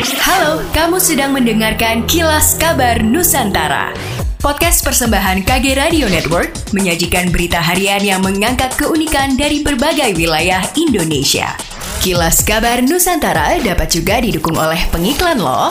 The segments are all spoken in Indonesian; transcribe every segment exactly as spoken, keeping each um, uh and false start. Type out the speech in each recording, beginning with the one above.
Halo, kamu sedang mendengarkan Kilas Kabar Nusantara. Podcast persembahan K G Radio Network menyajikan berita harian yang mengangkat keunikan dari berbagai wilayah Indonesia. Kilas Kabar Nusantara dapat juga didukung oleh pengiklan loh.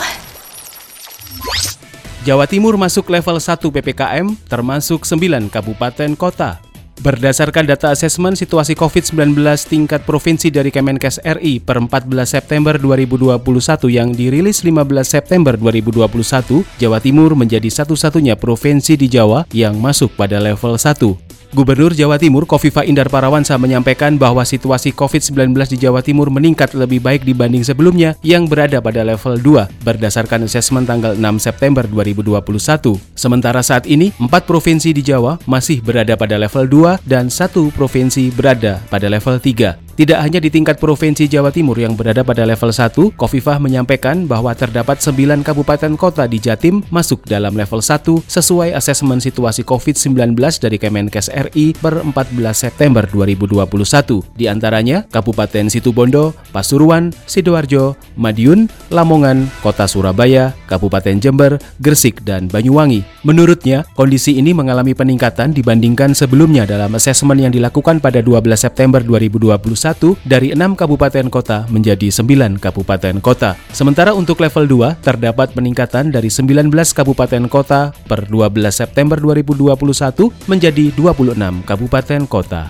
Jawa Timur masuk level satu P P K M termasuk sembilan kabupaten kota. Berdasarkan data asesmen situasi covid sembilan belas tingkat provinsi dari Kemenkes R I per empat belas September dua ribu dua puluh satu yang dirilis lima belas September dua ribu dua puluh satu, Jawa Timur menjadi satu-satunya provinsi di Jawa yang masuk pada level satu. Gubernur Jawa Timur Khofifah Indar Parawansa menyampaikan bahwa situasi covid sembilan belas di Jawa Timur meningkat lebih baik dibanding sebelumnya yang berada pada level dua berdasarkan asesmen tanggal enam September dua ribu dua puluh satu. Sementara saat ini, empat provinsi di Jawa masih berada pada level dua dan satu provinsi berada pada level tiga. Tidak hanya di tingkat Provinsi Jawa Timur yang berada pada level satu, Khofifah menyampaikan bahwa terdapat sembilan kabupaten kota di Jatim masuk dalam level satu sesuai asesmen situasi covid sembilan belas dari Kemenkes R I per empat belas September dua ribu dua puluh satu. Di antaranya Kabupaten Situbondo, Pasuruan, Sidoarjo, Madiun, Lamongan, Kota Surabaya, Kabupaten Jember, Gresik, dan Banyuwangi. Menurutnya, kondisi ini mengalami peningkatan dibandingkan sebelumnya dalam asesmen yang dilakukan pada dua belas September dua ribu dua puluh satu dari enam kabupaten kota menjadi sembilan kabupaten kota. Sementara untuk level dua, terdapat peningkatan dari sembilan belas kabupaten kota per dua belas September dua ribu dua puluh satu menjadi dua puluh enam kabupaten kota.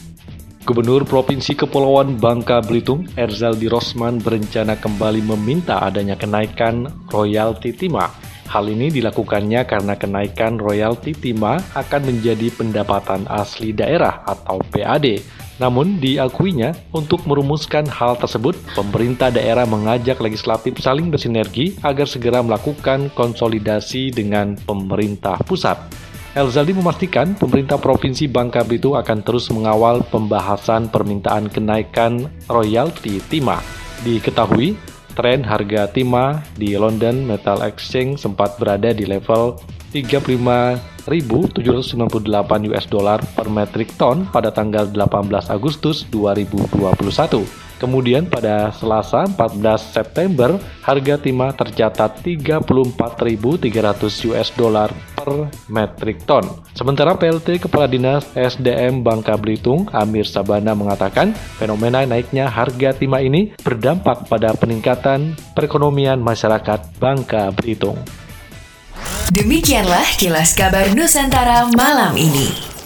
Gubernur Provinsi Kepulauan Bangka Belitung, Erzaldi Rosman berencana kembali meminta adanya kenaikan royalti timah. Hal ini dilakukannya karena kenaikan royalti timah akan menjadi pendapatan asli daerah atau P A D. Namun diakuinya, untuk merumuskan hal tersebut, pemerintah daerah mengajak legislatif saling bersinergi agar segera melakukan konsolidasi dengan pemerintah pusat. Erzaldi memastikan pemerintah Provinsi Bangka Belitung akan terus mengawal pembahasan permintaan kenaikan royalti timah. Diketahui, tren harga timah di London Metal Exchange sempat berada di level tiga puluh lima ribu tujuh ratus sembilan puluh delapan U S dollar per metrik ton pada tanggal delapan belas Agustus dua ribu dua puluh satu. Kemudian pada Selasa empat belas September, harga timah tercatat tiga puluh empat ribu tiga ratus U S dollar per metrik ton. Sementara P L T Kepala Dinas S D M Bangka Belitung, Amir Sabana mengatakan, fenomena naiknya harga timah ini berdampak pada peningkatan perekonomian masyarakat Bangka Belitung. Demikianlah Kilas Kabar Nusantara malam ini.